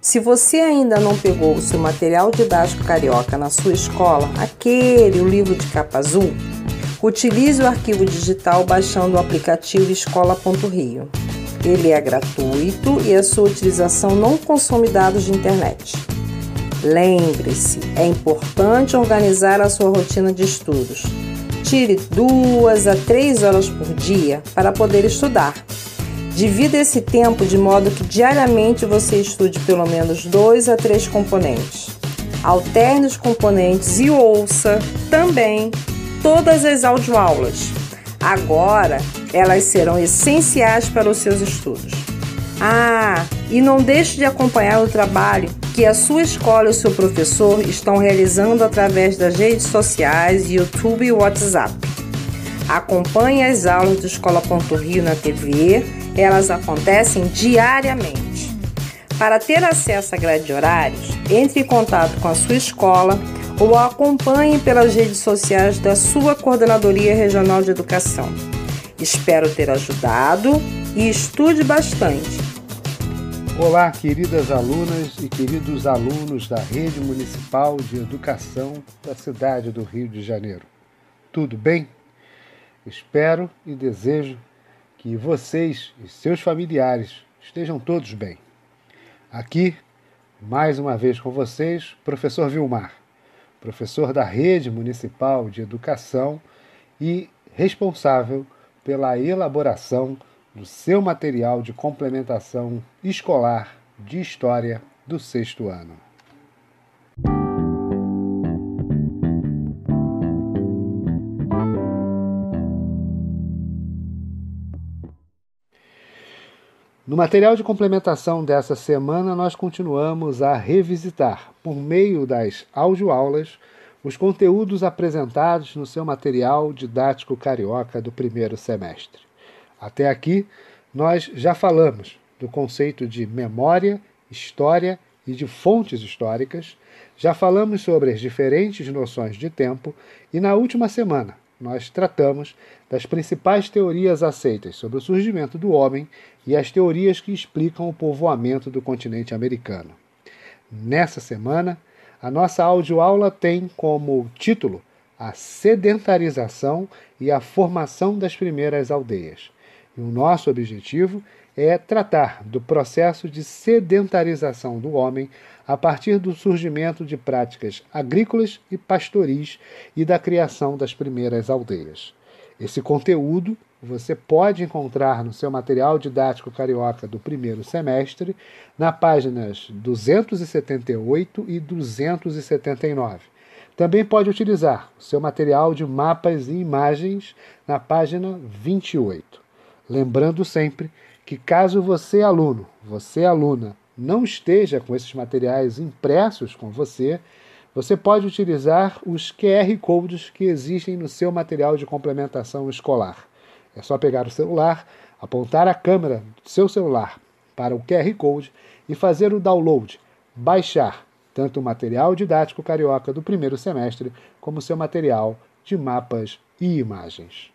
Se você ainda não pegou o seu material didático carioca na sua escola, o livro de capa azul, utilize o arquivo digital baixando o aplicativo Escola.Rio. Ele é gratuito e a sua utilização não consome dados de internet. Lembre-se, é importante organizar a sua rotina de estudos. Tire 2 a 3 horas por dia para poder estudar. Divida esse tempo de modo que diariamente você estude pelo menos 2 a 3 componentes. Alterne os componentes e ouça também todas as audioaulas. Agora, elas serão essenciais para os seus estudos. E não deixe de acompanhar o trabalho que a sua escola e o seu professor estão realizando através das redes sociais, YouTube e WhatsApp. Acompanhe as aulas do Escola.Rio na TV, elas acontecem diariamente. Para ter acesso à grade de horários, entre em contato com a sua escola ou acompanhe pelas redes sociais da sua Coordenadoria Regional de Educação. Espero ter ajudado e estude bastante. Olá, queridas alunas e queridos alunos da Rede Municipal de Educação da cidade do Rio de Janeiro. Tudo bem? Espero e desejo que vocês e seus familiares estejam todos bem. Aqui, mais uma vez com vocês, professor Vilmar, professor da Rede Municipal de Educação e responsável pela elaboração do seu material de complementação escolar de História do 6º ano. No material de complementação dessa semana, nós continuamos a revisitar, por meio das audioaulas, os conteúdos apresentados no seu material didático carioca do 1º semestre. Até aqui, nós já falamos do conceito de memória, história e de fontes históricas, já falamos sobre as diferentes noções de tempo e, na última semana, nós tratamos das principais teorias aceitas sobre o surgimento do homem e as teorias que explicam o povoamento do continente americano. Nessa semana, a nossa audioaula tem como título a sedentarização e a formação das primeiras aldeias. E o nosso objetivo é tratar do processo de sedentarização do homem a partir do surgimento de práticas agrícolas e pastoris e da criação das primeiras aldeias. Esse conteúdo você pode encontrar no seu material didático carioca do 1º semestre, nas páginas 278 e 279. Também pode utilizar o seu material de mapas e imagens na página 28. Lembrando sempre que caso você, aluno, você, aluna, não esteja com esses materiais impressos com você, você pode utilizar os QR Codes que existem no seu material de complementação escolar. É só pegar o celular, apontar a câmera do seu celular para o QR Code e fazer o download, baixar tanto o material didático carioca do 1º semestre como o seu material de mapas e imagens.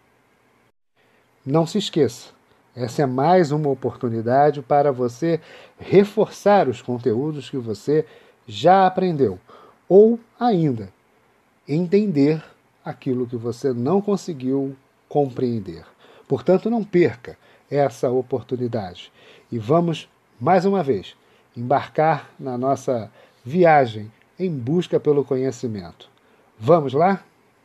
Não se esqueça, essa é mais uma oportunidade para você reforçar os conteúdos que você já aprendeu ou ainda entender aquilo que você não conseguiu compreender. Portanto, não perca essa oportunidade. E vamos, mais uma vez, embarcar na nossa viagem em busca pelo conhecimento. Vamos lá?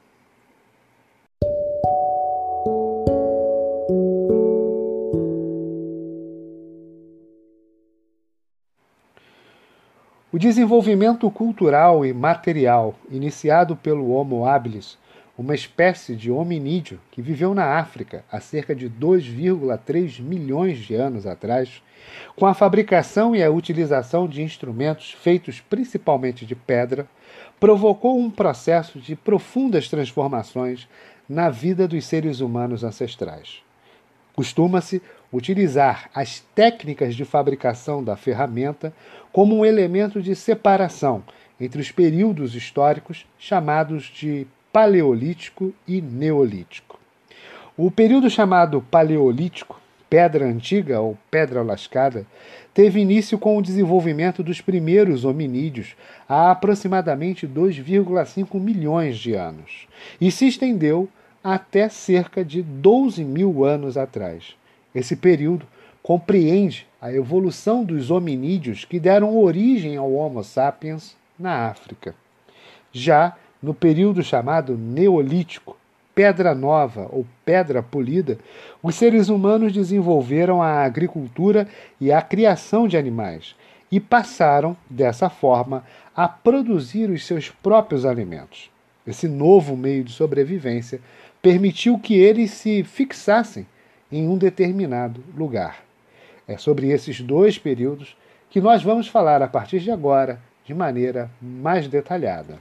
O desenvolvimento cultural e material iniciado pelo Homo habilis, uma espécie de hominídeo que viveu na África há cerca de 2,3 milhões de anos atrás, com a fabricação e a utilização de instrumentos feitos principalmente de pedra, provocou um processo de profundas transformações na vida dos seres humanos ancestrais. Costuma-se utilizar as técnicas de fabricação da ferramenta como um elemento de separação entre os períodos históricos chamados de Paleolítico e Neolítico. O período chamado Paleolítico pedra antiga ou pedra lascada, teve início com o desenvolvimento dos primeiros hominídeos há aproximadamente 2,5 milhões de anos e se estendeu até cerca de 12 mil anos atrás. Esse período compreende a evolução dos hominídeos que deram origem ao Homo sapiens na África. Já no período chamado Neolítico, Pedra Nova ou Pedra Polida, os seres humanos desenvolveram a agricultura e a criação de animais e passaram, dessa forma, a produzir os seus próprios alimentos. Esse novo meio de sobrevivência permitiu que eles se fixassem em um determinado lugar. É sobre esses dois períodos que nós vamos falar a partir de agora, de maneira mais detalhada.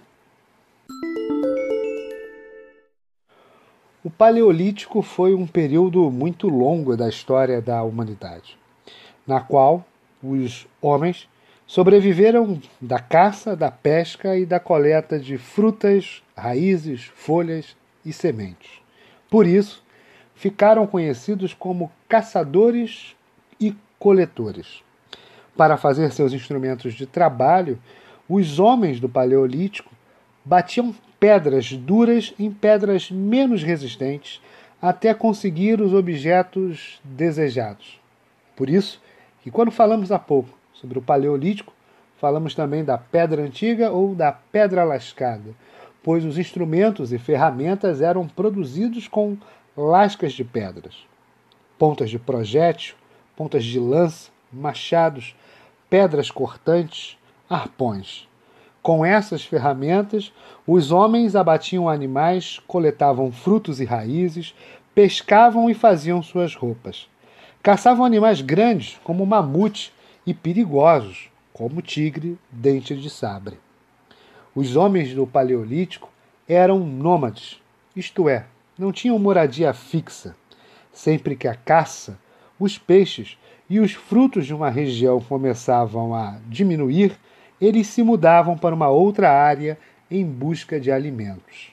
O Paleolítico foi um período muito longo da história da humanidade, na qual os homens sobreviveram da caça, da pesca e da coleta de frutas, raízes, folhas e sementes. Por isso, ficaram conhecidos como caçadores e coletores. Para fazer seus instrumentos de trabalho, os homens do Paleolítico batiam pedras duras em pedras menos resistentes até conseguir os objetos desejados. Por isso que quando falamos há pouco sobre o Paleolítico, falamos também da pedra antiga ou da pedra lascada, pois os instrumentos e ferramentas eram produzidos com lascas de pedras, pontas de projétil, pontas de lança, machados, pedras cortantes, arpões. Com essas ferramentas, os homens abatiam animais, coletavam frutos e raízes, pescavam e faziam suas roupas. Caçavam animais grandes, como mamute, e perigosos, como tigre, dente de sabre. Os homens do Paleolítico eram nômades, isto é, não tinham moradia fixa. Sempre que a caça, os peixes e os frutos de uma região começavam a diminuir, eles se mudavam para uma outra área em busca de alimentos.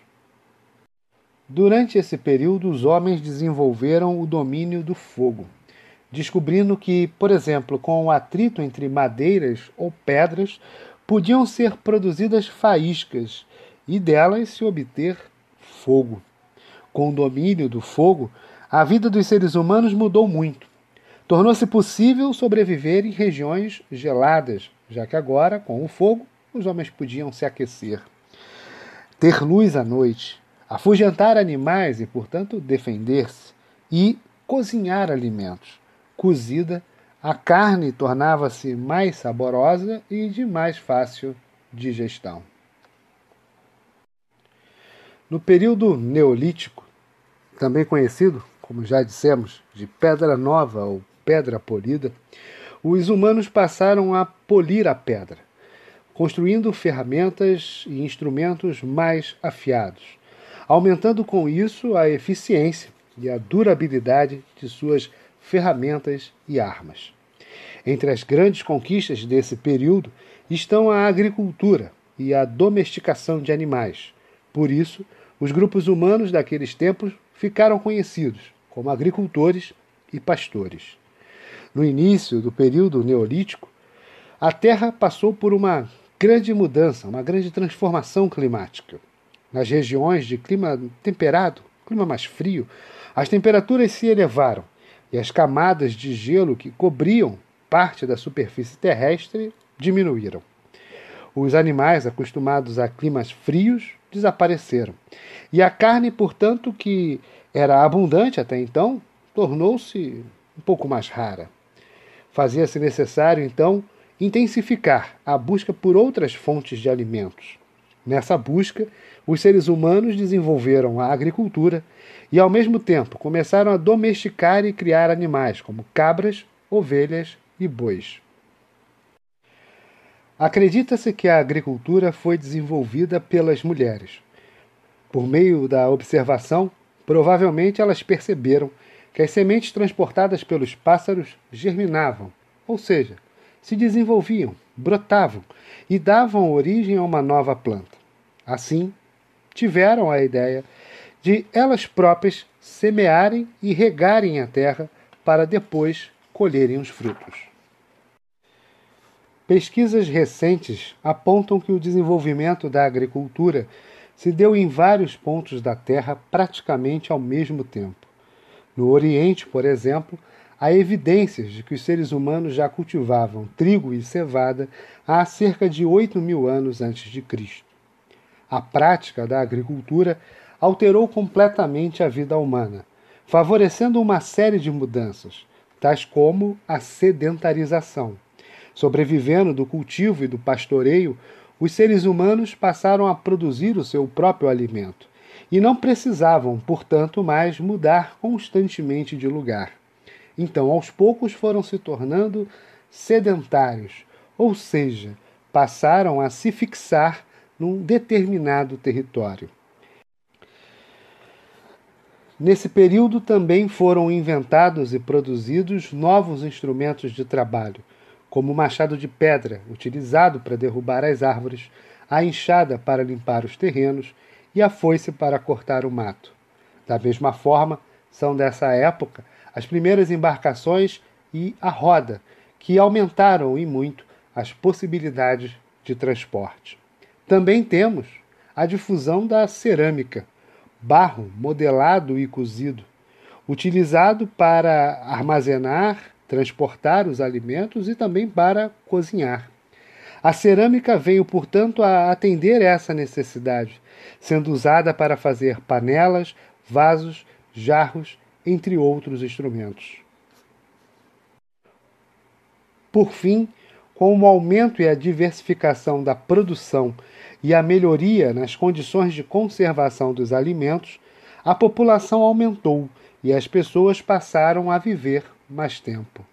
Durante esse período, os homens desenvolveram o domínio do fogo, descobrindo que, por exemplo, com o atrito entre madeiras ou pedras, podiam ser produzidas faíscas e delas se obter fogo. Com o domínio do fogo, a vida dos seres humanos mudou muito. Tornou-se possível sobreviver em regiões geladas, já que agora, com o fogo, os homens podiam se aquecer, ter luz à noite, afugentar animais e, portanto, defender-se, e cozinhar alimentos. Cozida, a carne tornava-se mais saborosa e de mais fácil digestão. No período Neolítico, também conhecido, como já dissemos, de Pedra Nova ou Pedra Polida, os humanos passaram a polir a pedra, construindo ferramentas e instrumentos mais afiados, aumentando com isso a eficiência e a durabilidade de suas ferramentas e armas. Entre as grandes conquistas desse período estão a agricultura e a domesticação de animais. Por isso, os grupos humanos daqueles tempos ficaram conhecidos como agricultores e pastores. No início do período Neolítico, a Terra passou por uma grande mudança, uma grande transformação climática. Nas regiões de clima temperado, clima mais frio, as temperaturas se elevaram e as camadas de gelo que cobriam parte da superfície terrestre diminuíram. Os animais acostumados a climas frios desapareceram. E a carne, portanto, que era abundante até então, tornou-se um pouco mais rara. Fazia-se necessário, então, intensificar a busca por outras fontes de alimentos. Nessa busca, os seres humanos desenvolveram a agricultura e, ao mesmo tempo, começaram a domesticar e criar animais, como cabras, ovelhas e bois. Acredita-se que a agricultura foi desenvolvida pelas mulheres. Por meio da observação, provavelmente elas perceberam que as sementes transportadas pelos pássaros germinavam, ou seja, se desenvolviam, brotavam e davam origem a uma nova planta. Assim, tiveram a ideia de elas próprias semearem e regarem a terra para depois colherem os frutos. Pesquisas recentes apontam que o desenvolvimento da agricultura se deu em vários pontos da Terra praticamente ao mesmo tempo. No Oriente, por exemplo, há evidências de que os seres humanos já cultivavam trigo e cevada há cerca de 8.000 anos antes de Cristo. A prática da agricultura alterou completamente a vida humana, favorecendo uma série de mudanças, tais como a sedentarização. Sobrevivendo do cultivo e do pastoreio, os seres humanos passaram a produzir o seu próprio alimento e não precisavam, portanto, mais mudar constantemente de lugar. Então, aos poucos, foram se tornando sedentários, ou seja, passaram a se fixar num determinado território. Nesse período também foram inventados e produzidos novos instrumentos de trabalho, como o machado de pedra, utilizado para derrubar as árvores, a enxada para limpar os terrenos e a foice para cortar o mato. Da mesma forma, são dessa época as primeiras embarcações e a roda, que aumentaram e muito as possibilidades de transporte. Também temos a difusão da cerâmica, barro modelado e cozido, utilizado para armazenar, transportar os alimentos e também para cozinhar. A cerâmica veio, portanto, a atender essa necessidade, sendo usada para fazer panelas, vasos, jarros, entre outros instrumentos. Por fim, com o aumento e a diversificação da produção e a melhoria nas condições de conservação dos alimentos, a população aumentou e as pessoas passaram a viver mais tempo.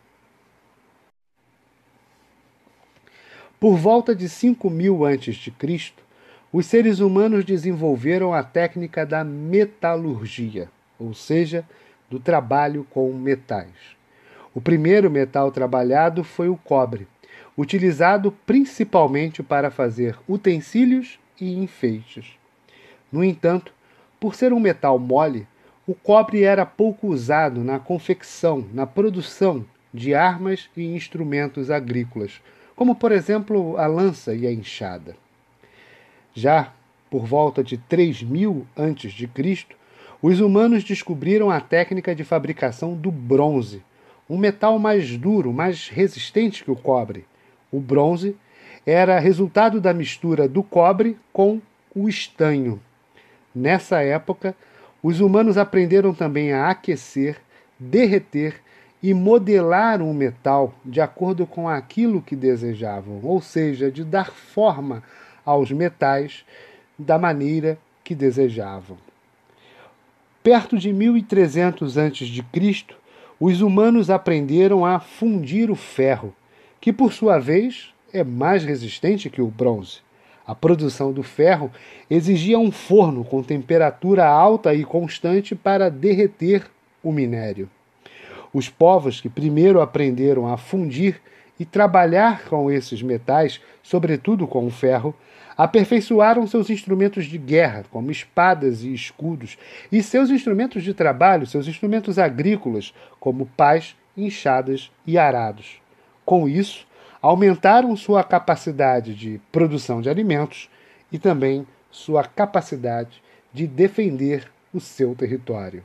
Por volta de 5.000 a.C., os seres humanos desenvolveram a técnica da metalurgia, ou seja, do trabalho com metais. O primeiro metal trabalhado foi o cobre, utilizado principalmente para fazer utensílios e enfeites. No entanto, por ser um metal mole, o cobre era pouco usado na confecção, na produção de armas e instrumentos agrícolas, como, por exemplo, a lança e a enxada. Já por volta de 3.000 a.C., os humanos descobriram a técnica de fabricação do bronze, um metal mais duro, mais resistente que o cobre. O bronze era resultado da mistura do cobre com o estanho. Nessa época, os humanos aprenderam também a aquecer, derreter e modelar um metal de acordo com aquilo que desejavam, ou seja, de dar forma aos metais da maneira que desejavam. Perto de 1.300 a.C., os humanos aprenderam a fundir o ferro, que por sua vez é mais resistente que o bronze. A produção do ferro exigia um forno com temperatura alta e constante para derreter o minério. Os povos que primeiro aprenderam a fundir e trabalhar com esses metais, sobretudo com o ferro, aperfeiçoaram seus instrumentos de guerra, como espadas e escudos, e seus instrumentos de trabalho, seus instrumentos agrícolas, como pás, enxadas e arados. Com isso, aumentaram sua capacidade de produção de alimentos e também sua capacidade de defender o seu território.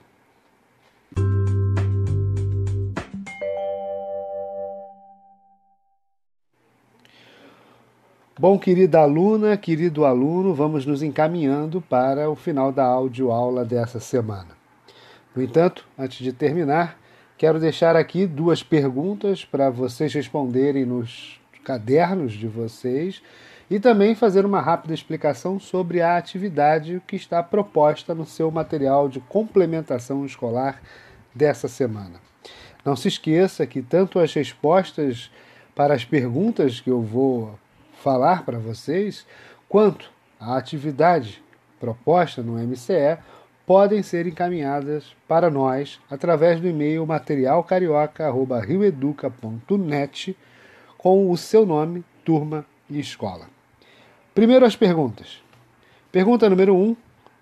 Bom, querida aluna, querido aluno, vamos nos encaminhando para o final da audioaula dessa semana. No entanto, antes de terminar, quero deixar aqui 2 perguntas para vocês responderem nos cadernos de vocês e também fazer uma rápida explicação sobre a atividade que está proposta no seu material de complementação escolar dessa semana. Não se esqueça que tanto as respostas para as perguntas que eu vou falar para vocês, quanto a atividade proposta no MCE, podem ser encaminhadas para nós através do e-mail materialcarioca@rioeduca.net com o seu nome, turma e escola. Primeiro as perguntas. Pergunta número 1.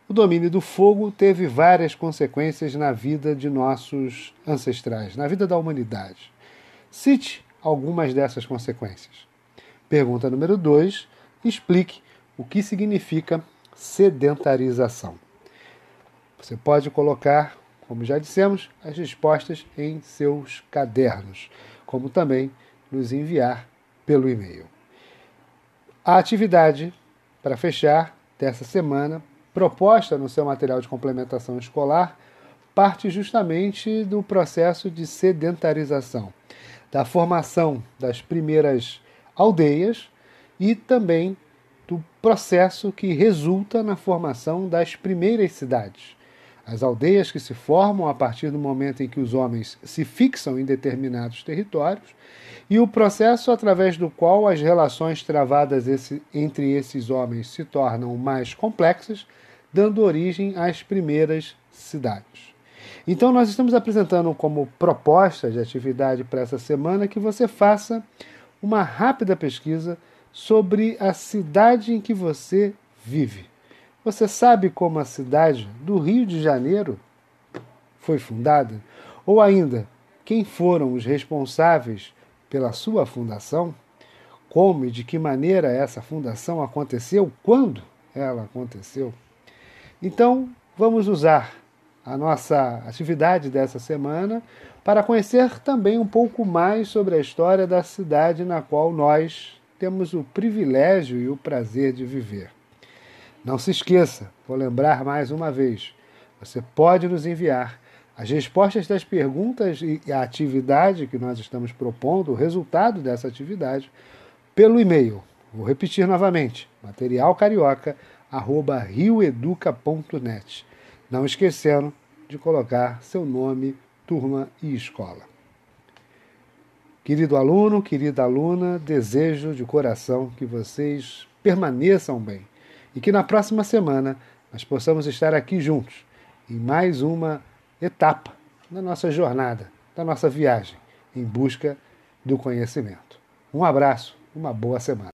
O domínio do fogo teve várias consequências na vida de nossos ancestrais, na vida da humanidade. Cite algumas dessas consequências. Pergunta número 2. Explique o que significa sedentarização. Você pode colocar, como já dissemos, as respostas em seus cadernos, como também nos enviar pelo e-mail. A atividade, para fechar, dessa semana, proposta no seu material de complementação escolar, parte justamente do processo de sedentarização, da formação das primeiras aldeias e também do processo que resulta na formação das primeiras cidades. As aldeias que se formam a partir do momento em que os homens se fixam em determinados territórios e o processo através do qual as relações travadas entre esses homens se tornam mais complexas, dando origem às primeiras cidades. Então, nós estamos apresentando como proposta de atividade para essa semana que você faça uma rápida pesquisa sobre a cidade em que você vive. Você sabe como a cidade do Rio de Janeiro foi fundada? Ou ainda, quem foram os responsáveis pela sua fundação? Como e de que maneira essa fundação aconteceu? Quando ela aconteceu? Então, vamos usar a nossa atividade dessa semana para conhecer também um pouco mais sobre a história da cidade na qual nós temos o privilégio e o prazer de viver. Não se esqueça, vou lembrar mais uma vez, você pode nos enviar as respostas das perguntas e a atividade que nós estamos propondo, o resultado dessa atividade, pelo e-mail. Vou repetir novamente, materialcarioca@rioeduca.net. Não esquecendo de colocar seu nome, turma e escola. Querido aluno, querida aluna, desejo de coração que vocês permaneçam bem e que na próxima semana nós possamos estar aqui juntos em mais uma etapa da nossa jornada, da nossa viagem em busca do conhecimento. Um abraço, uma boa semana.